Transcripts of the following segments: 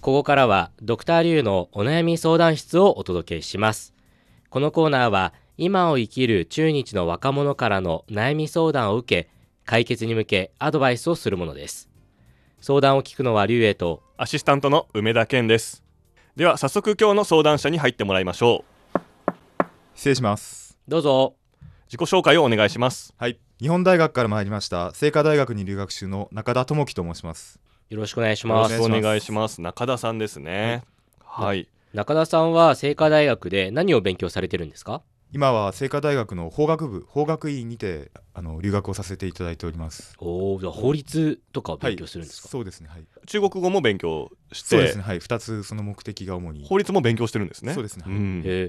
ここからはドクターリュウのお悩み相談室をお届けします。このコーナーは今を生きる中日の若者からの悩み相談を受け、解決に向けアドバイスをするものです。相談を聞くのはリュウエイとアシスタントの梅田健です。では早速今日の相談者に入ってもらいましょう。 失礼します。 どうぞ。 自己紹介をお願いします。 はい、日本大学から参りました清華大学に留学中の中田智樹と申します。 よろしくお願いしよろます。 しくお願いします。中田さんですね。はい。 中田さんは清華大学で何を勉強されてるんですか？ 今は清華大学の法学部法学院にて留学をさせていただいております。 じゃあ法律とかを勉強するんですか？ はい、そうですね、はい、 中国語も勉強して、 そうですね、はい、2つその目的が主に。 法律も勉強してるんですね。 そうですね、はい、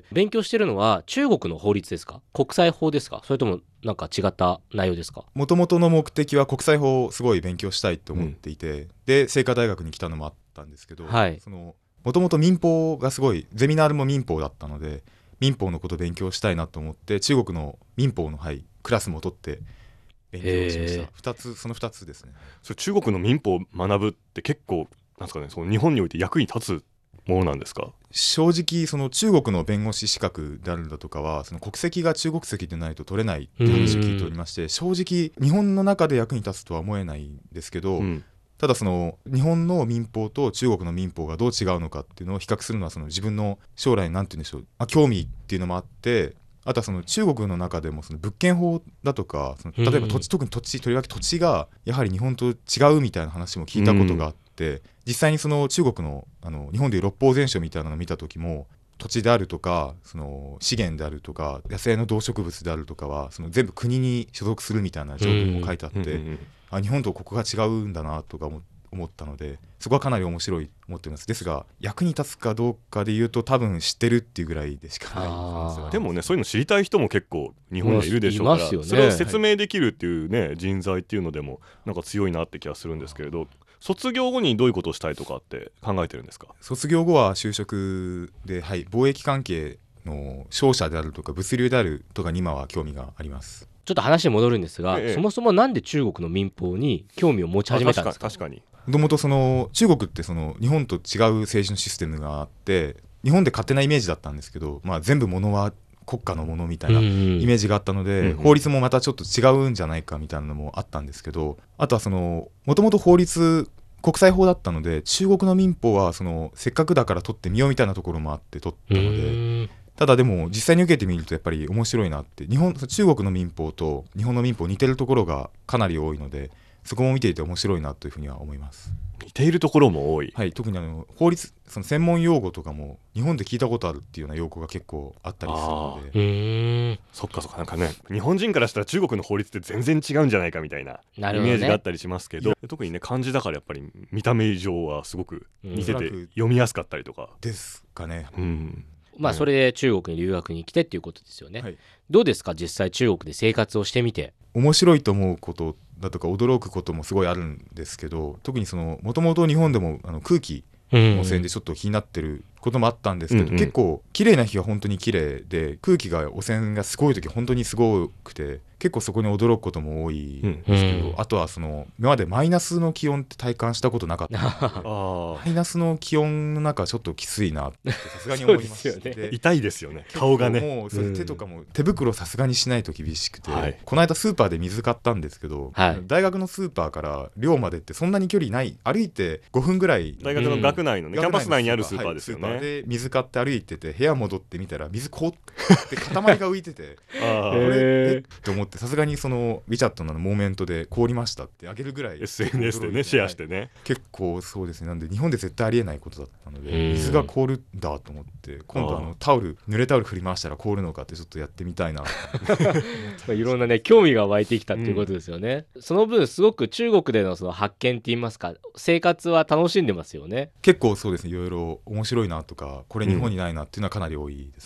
勉強してるのは中国の法律ですか？国際法ですか？それともなんか違った内容ですか？ もともとの目的は国際法をすごい勉強したいと思っていて、で清華大学に来たのもあったんですけど、 はい、 もともと民法がすごいゼミナールも民法だったので民法のことを勉強したいなと思って中国の民法の、はい、クラスも取って勉強しました。その2つですね。 それ中国の民法を学ぶって結構なんですかね、その日本において役に立つものなんですか？ 正直その中国の弁護士資格であるだとかはその国籍が中国籍でないと取れないって話を聞いておりまして、正直日本の中で役に立つとは思えないんですけど、ただその日本の民法と中国の民法がどう違うのかっていうのを比較するのはその自分の将来なんて言うんでしょう、興味っていうのもあって、あとはその中国の中でもその物件法だとか例えば特にとりわけ土地がやはり日本と違うみたいな話も聞いたことがあって、実際にその中国の日本でいう六法全書みたいなのを見た時も土地であるとかその資源であるとか野生の動植物であるとかはその全部国に所属するみたいな条文も書いてあって、日本とここが違うんだなとか思ったので、そこはかなり面白いと思っています。ですが役に立つかどうかで言うと多分知ってるっていうぐらいでしかない可能性が。 でもね、そういうの知りたい人も結構日本にいるでしょうから、 いますよね。 それを説明できるっていうね、人材っていうのでもなんか強いなって気がするんですけれど、卒業後にどういうことをしたいとかって考えてるんですか？ 卒業後は就職で、はい、貿易関係の商社であるとか物流であるとかに今は興味があります。 ちょっと話戻るんですが、そもそもなんで中国の民法に興味を持ち始めたんですか？ 確かにもともとその中国ってその日本と違う政治のシステムがあって日本で勝手なイメージだったんですけど、全部物は国家のものみたいなイメージがあったので、法律もまたちょっと違うんじゃないかみたいなのもあったんですけど、あとはそのもともと法律国際法だったので中国の民法はそのせっかくだから取ってみようみたいなところもあって取ったので、ただでも実際に受けてみるとやっぱり面白いなって、中国の民法と日本の民法似てるところがかなり多いのでそこも見ていて面白いなというふうには思います。 似ているところも多い。 はい、特に法律その専門用語とかも日本で聞いたことあるっていうような用語が結構あったりするので。 そっかなんかね、日本人からしたら中国の法律って全然違うんじゃないかみたいなイメージがあったりしますけど、特にね漢字だからやっぱり見た目上はすごく似てて読みやすかったりとかですかね。 それで中国に留学に来てっていうことですよね。はい、どうですか実際中国で生活をしてみて。 面白いと思うことだとか驚くこともすごいあるんですけど、特にもともと日本でも空気汚染でちょっと気になってることもあったんですけど、結構綺麗な日は本当に綺麗で空気が汚染がすごい時本当にすごくて結構そこに驚くことも多いんですけど、あとは今までマイナスの気温って体感したことなかったマイナスの気温の中ちょっときついなってさすがに思いまして、 ね、痛いですよね顔がね。 もうそれ手とかも手袋さすがにしないと厳しくて、この間スーパーで水買ったんですけど、大学のスーパーから寮までってそんなに距離ない、歩いて5分ぐらい大学の学内のね、キャンパス内にあるスーパーですよね。 スーパーで水買って歩いてて部屋戻ってみたら水凍って塊が浮いててこれって思って、さすがにそのWeChatのモーメントで凍りましたってあげるぐらい SNS でねシェアしてね、 結構そうですね。なんで日本で絶対ありえないことだったので水が凍るんだと思って、今度濡れタオル振り回したら凍るのかってちょっとやってみたいな。 いろんなね興味が湧いてきたっていうことですよね。その分すごく中国でのその発見って言いますか生活は楽しんでますよね。 結構そうですね、いろいろ面白いなとかこれ日本にないなっていうのはかなり多いです。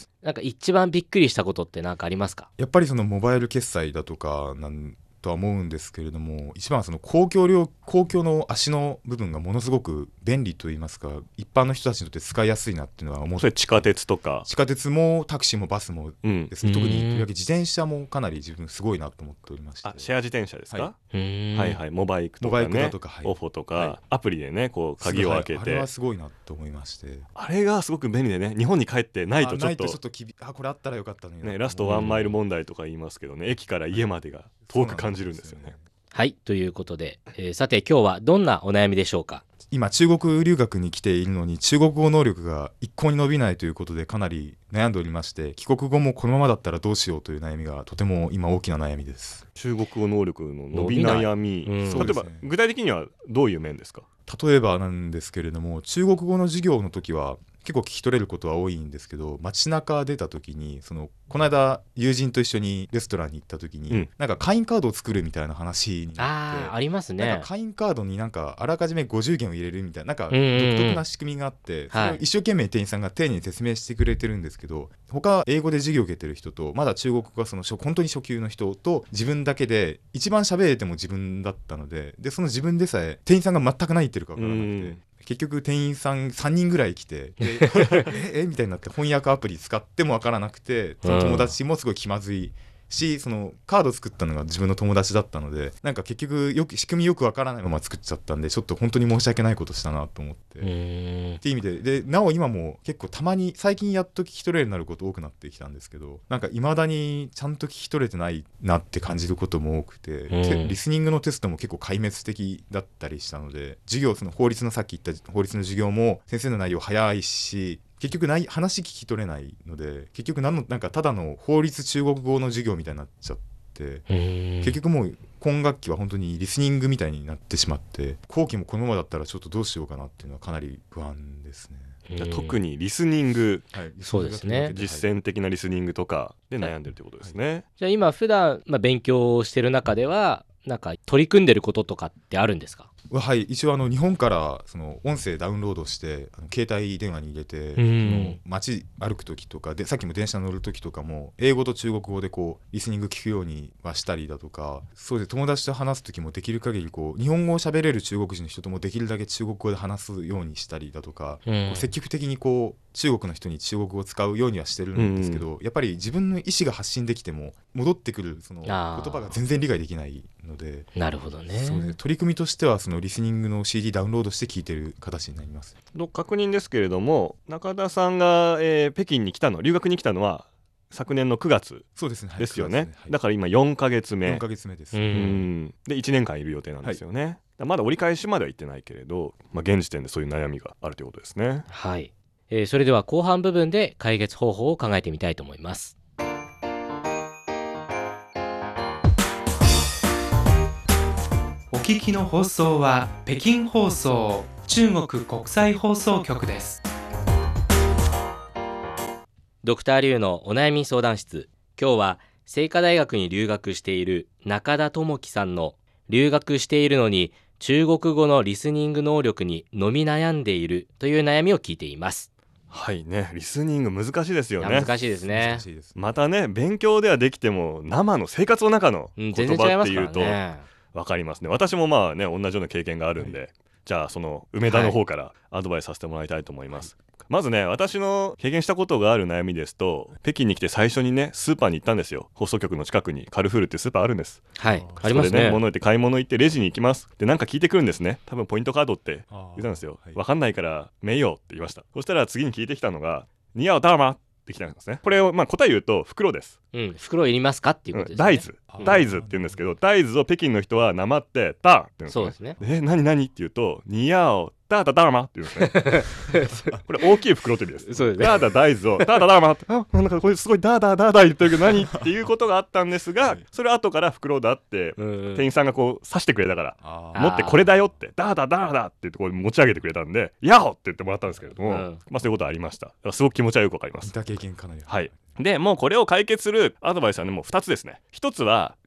なんか一番びっくりしたことって何かありますか？ やっぱりそのモバイル決済だとかなんとは思うんですけれども、一番はその公共の足の部分がものすごく便利といいますか、一般の人たちにとって使いやすいなっていうのは思って。 それ地下鉄とか。 地下鉄もタクシーもバスもですね、特にとりわけ自転車もかなり自分すごいなと思っておりまして。 シェア自転車ですか？ はいはい、モバイクとかね、オフォとか、アプリでねこう鍵を開けて、 あれはすごいなと思いまして、 あれがすごく便利でね、日本に帰ってないとちょっとこれあったらよかったのにね、ラストワンマイル問題とか言いますけどね、駅から家までが遠く感じるんですよね。 はい、ということで、さて今日はどんなお悩みでしょうか。 今中国留学に来ているのに中国語能力が一向に伸びないということでかなり悩んでおりまして、帰国後もこのままだったらどうしようという悩みがとても今大きな悩みです。 中国語能力の伸び悩み、例えば具体的にはどういう面ですか？ 例えばなんですけれども、中国語の授業の時は結構聞き取れることは多いんですけど、街中出た時にこの間友人と一緒にレストランに行った時に、なんか会員カードを作るみたいな話になって、 ありますね。 なんか会員カードになんかあらかじめ50元を入れるみたいな、なんか独特な仕組みがあって、それを一生懸命店員さんが丁寧に説明してくれてるんですけど、他英語で授業を受けてる人とまだ中国語が本当に初級の人と自分だけで一番喋れても自分だったので、その自分でさえ店員さんが全く何言ってるか分からなくて、結局店員さん3人ぐらい来てみたいになって、翻訳アプリ使っても分からなくて、その友達もすごい気まずいし、そのカード作ったのが自分の友達だったので、なんか結局仕組みよく分からないまま作っちゃったんで、ちょっと本当に申し訳ないことしたなと思って、っていう意味でなお今も結構たまに最近やっと聞き取れるようになること多くなってきたんですけど、なんか未だにちゃんと聞き取れてないなって感じることも多くて、リスニングのテストも結構壊滅的だったりしたので、授業法律のさっき言った法律の授業も先生の内容早いし、結局話聞き取れないので、結局なんかただの法律中国語の授業みたいになっちゃって、結局もう今学期は本当にリスニングみたいになってしまって、後期もこのままだったらちょっとどうしようかなっていうのはかなり不安ですね。 じゃあ特にリスニング、 そうですね、 実践的なリスニングとかで悩んでるということですね。 じゃあ今普段勉強してる中ではなんか取り組んでることとかってあるんですか？ はい、一応日本から音声ダウンロードして携帯電話に入れて、街歩く時とかで、さっきも電車乗る時とかも英語と中国語でリスニング聞くようにはしたりだとか、そうで友達と話す時もできる限り日本語を喋れる中国人の人ともできるだけ中国語で話すようにしたりだとか、積極的に中国の人に中国語を使うようにはしてるんですけど、やっぱり自分の意思が発信できても戻ってくる言葉が全然理解できないので。 なるほどね。 そうね、取り組みとしてはリスニングの CD ダウンロードして聞いてる形になります。 確認ですけれども、中田さんが、北京に来たの、留学に来たのは昨年の9月ですよね。だから今4ヶ月目です。で 1年間いる予定なんですよね。まだ折り返しまでは行ってないけれど、現時点でそういう悩みがあるということですね。 はい、それでは後半部分で解決方法を考えてみたいと思います。 お聞きの放送は北京放送中国国際放送局です。 ドクターリュウのお悩み相談室、今日は清華大学に留学している中田智樹さんの留学しているのに中国語のリスニング能力に伸び悩んでいるという悩みを聞いています。 はいね、リスニング難しいですよね。 難しいですね。 またね、勉強ではできても生の生活の中の言葉っていうと分かりますね。私も同じような経験があるんで、じゃあその梅田の方からアドバイスさせてもらいたいと思います。まずね、私の経験したことがある悩みですと、北京に来て最初にねスーパーに行ったんですよ。放送局の近くにカルフールっていうスーパーあるんです。 はい、ありますね。 それでね、買い物行ってレジに行きます。でなんか聞いてくるんですね。多分ポイントカードって言ったんですよ。分かんないから名誉って言いました。そしたら次に聞いてきたのがニヤオダーマってきたんですね。これを答え言うと袋です。 袋いりますかっていうことですね。 大豆って言うんですけど、大豆を北京の人はなまってダーって言うんですね。そうですね。何って言うとニヤオダーダダーマって言うんですね。これ大きい袋という意味です。 そうですね。 ダーダ大豆をダーダダーマって、なんかこれすごいダーダーダーダー言ってるけど何っていうことがあったんですが、それ後から袋だって店員さんが刺してくれたから持ってこれだよってダーダーダーダーって言って持ち上げてくれたんでヤホって言ってもらったんですけれども、そういうことありました。だからすごく気持ちはよくわかります。 だ経験かなり。 はい。でもうこれを解決するアドバイスはね、もう2つですね。1つは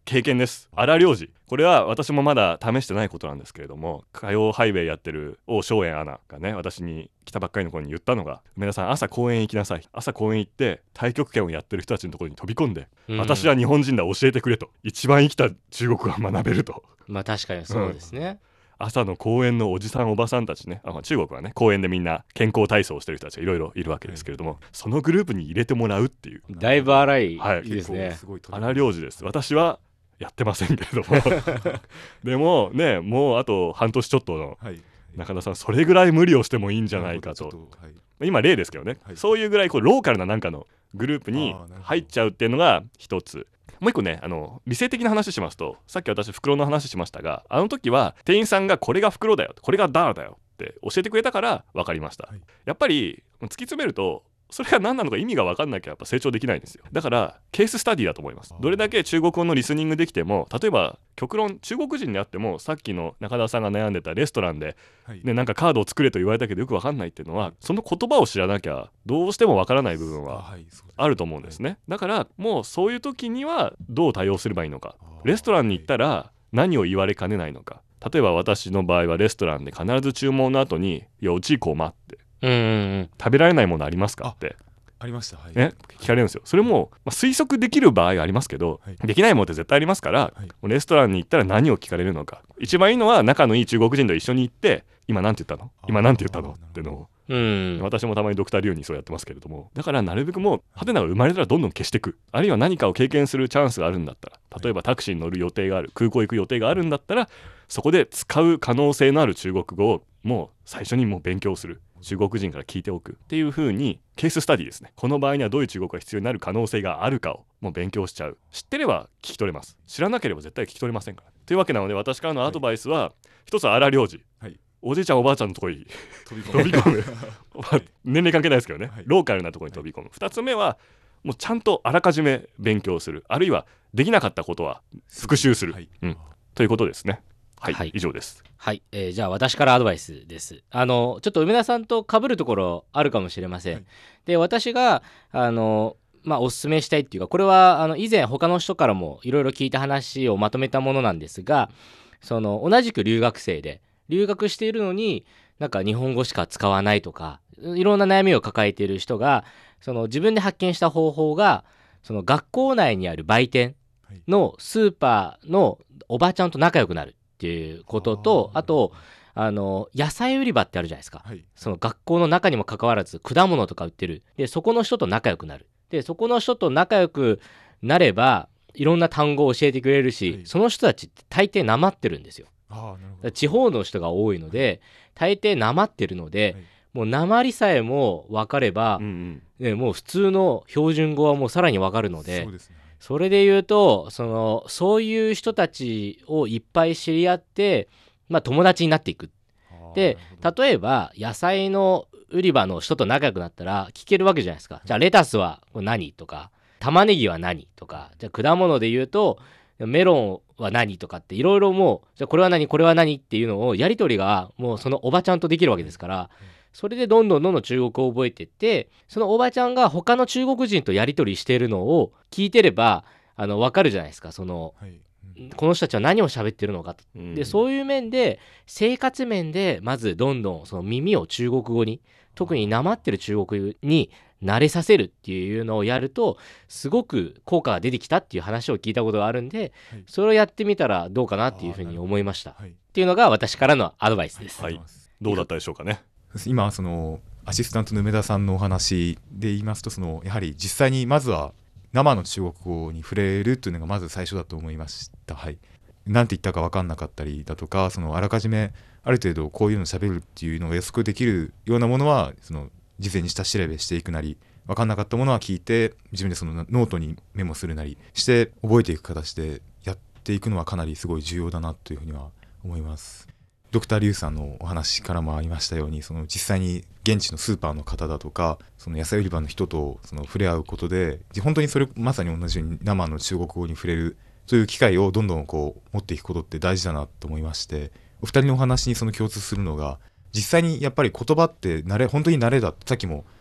経験です。荒領事、これは私もまだ試してないことなんですけれども、火曜ハイウェイやってる王松園アナがね、私に来たばっかりの頃に言ったのが、梅田さん朝公園行きなさい、朝公園行って太極拳をやってる人たちのところに飛び込んで、私は日本人だ教えてくれと、一番生きた中国が学べると。 まあ確かにそうですね、 朝の公園のおじさんおばさんたちね、中国はね公園でみんな健康体操をしてる人たちがいろいろいるわけですけれども、そのグループに入れてもらうっていう、 だいぶ荒いですね。 荒領事です。私はやってませんけれどもでもね、もうあと半年ちょっとの中田さん、それぐらい無理をしてもいいんじゃないかと、今例ですけどね、そういうぐらいこうローカルななんかのグループに入っちゃうっていうのが一つ。もう一個ね、理性的な話しますと、さっき私袋の話しましたが、あの時は店員さんがこれが袋だよ、これがダーだよって教えてくれたから分かりました、やっぱり突き詰めるとそれが何なのか意味が分かんなきゃやっぱ成長できないんですよ。だからケーススタディだと思います。どれだけ中国語のリスニングできても、例えば極論中国人であっても、さっきの中田さんが悩んでたレストランで、なんかカードを作れと言われたけどよく分かんないっていうのは、その言葉を知らなきゃどうしても分からない部分はあると思うんですね。だからもうそういう時にはどう対応すればいいのか、レストランに行ったら何を言われかねないのか。例えば私の場合はレストランで必ず注文の後に「よちこま」って食べられないものありますかってありました、 ね、聞かれるんですよ。それも、推測できる場合がありますけど、できないものって絶対ありますから、レストランに行ったら何を聞かれるのか。一番いいのは仲のいい中国人と一緒に行って、今なんて言ったの、今なんて言ったのってのを、私もたまにドクターリュウにそうやってますけれども、だからなるべくもうハテナが生まれたらどんどん消していく、あるいは何かを経験するチャンスがあるんだったら、例えばタクシーに乗る予定がある、空港行く予定があるんだったら、そこで使う可能性のある中国語をもう最初にもう勉強する、中国人から聞いておくっていう風にケーススタディですね。この場合にはどういう中国が必要になる可能性があるかをもう勉強しちゃう。知ってれば聞き取れます。知らなければ絶対聞き取れませんから。というわけなので、私からのアドバイスは、一つは荒領事、おじいちゃんおばあちゃんのところに飛び込む年齢関係ないですけどね、ローカルなところに飛び込む。二つ目はもうちゃんとあらかじめ勉強する、あるいはできなかったことは復習する、ということですね。以上です。 じゃあ私からアドバイスです。ちょっと梅田さんと被るところあるかもしれません。で、私がおすすめしたいっていうか、これは以前他の人からもいろいろ聞いた話をまとめたものなんですが、同じく留学生で留学しているのになんか日本語しか使わないとか、いろんな悩みを抱えている人が自分で発見した方法が、学校内にある売店のスーパーのおばちゃんと仲良くなるっていうことと、あと野菜売り場ってあるじゃないですか、その学校の中にもかかわらず果物とか売ってる。でそこの人と仲良くなる。でそこの人と仲良くなればいろんな単語を教えてくれるし、その人たちって大抵なまってるんですよ。地方の人が多いので、大抵なまってるので、もうなまりさえも分かれば、もう普通の標準語はもうさらに分かるので、それで言うとそういう人たちをいっぱい知り合って、友達になっていく。で例えば野菜の売り場の人と仲良くなったら聞けるわけじゃないですか。じゃあレタスは何とか、玉ねぎは何とか、じゃあ果物で言うとメロンは何とかっていろいろ、もうじゃあこれは何これは何っていうのをやり取りがもうそのおばちゃんとできるわけですから、それでどんどん中国語を覚えていって、そのおばちゃんが他の中国人とやり取りしているのを聞いてれば分かるじゃないですか。この人たちは何を喋ってるのかと。でそういう面で、生活面でまずどんどんその耳を中国語に、特になまってる中国に慣れさせるっていうのをやると、すごく効果が出てきたっていう話を聞いたことがあるんで、それをやってみたらどうかなっていうふうに思いました、っていうのが私からのアドバイスです。 どうだったでしょうかね。 今アシスタントの梅田さんのお話で言いますと、やはり実際にまずは生の中国語に触れるというのがまず最初だと思いました。なんて言ったか分かんなかったりだとか、あらかじめある程度こういうの喋るっていうのが予測できるようなものは事前に下調べしていくなり、分かんなかったものは聞いて自分でノートにメモするなりして覚えていく形でやっていくのはかなりすごい重要だなというふうには思います。ドクターリュウさんのお話からもありましたように、実際に現地のスーパーの方だとか野菜売り場の人と触れ合うことで、本当にそれまさに同じように生の中国語に触れるという機会をどんどん持っていくことって大事だなと思いまして、お二人のお話に共通するのが、実際にやっぱり言葉って本当に慣れだ、さっきも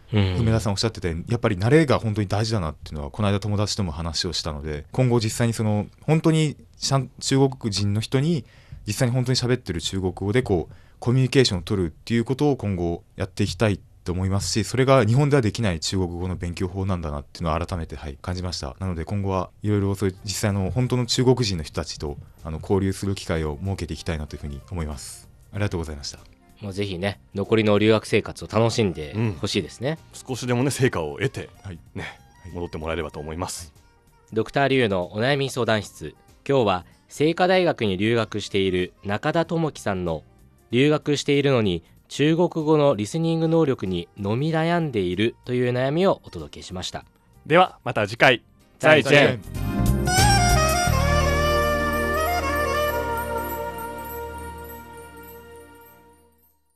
梅田さんおっしゃってて、やっぱり慣れが本当に大事だなっていうのはこの間友達とも話をしたので、今後実際にその本当に中国人の人に実際に本当に喋ってる中国語でこうコミュニケーションを取るっていうことを今後やっていきたいと思いますし、それが日本ではできない中国語の勉強法なんだなっていうのを改めて感じました。なので今後はいろいろそういう実際の本当の中国人の人たちと交流する機会を設けていきたいなというふうに思います。ありがとうございました。 もうぜひね、残りの留学生活を楽しんでほしいですね、 少しでもね成果を得て、戻ってもらえればと思います。 ドクターリュウのお悩み相談室、今日は清華大学に留学している中田智樹さんの留学しているのに中国語のリスニング能力に飲み悩んでいるという悩みをお届けしました。 ではまた次回。再见。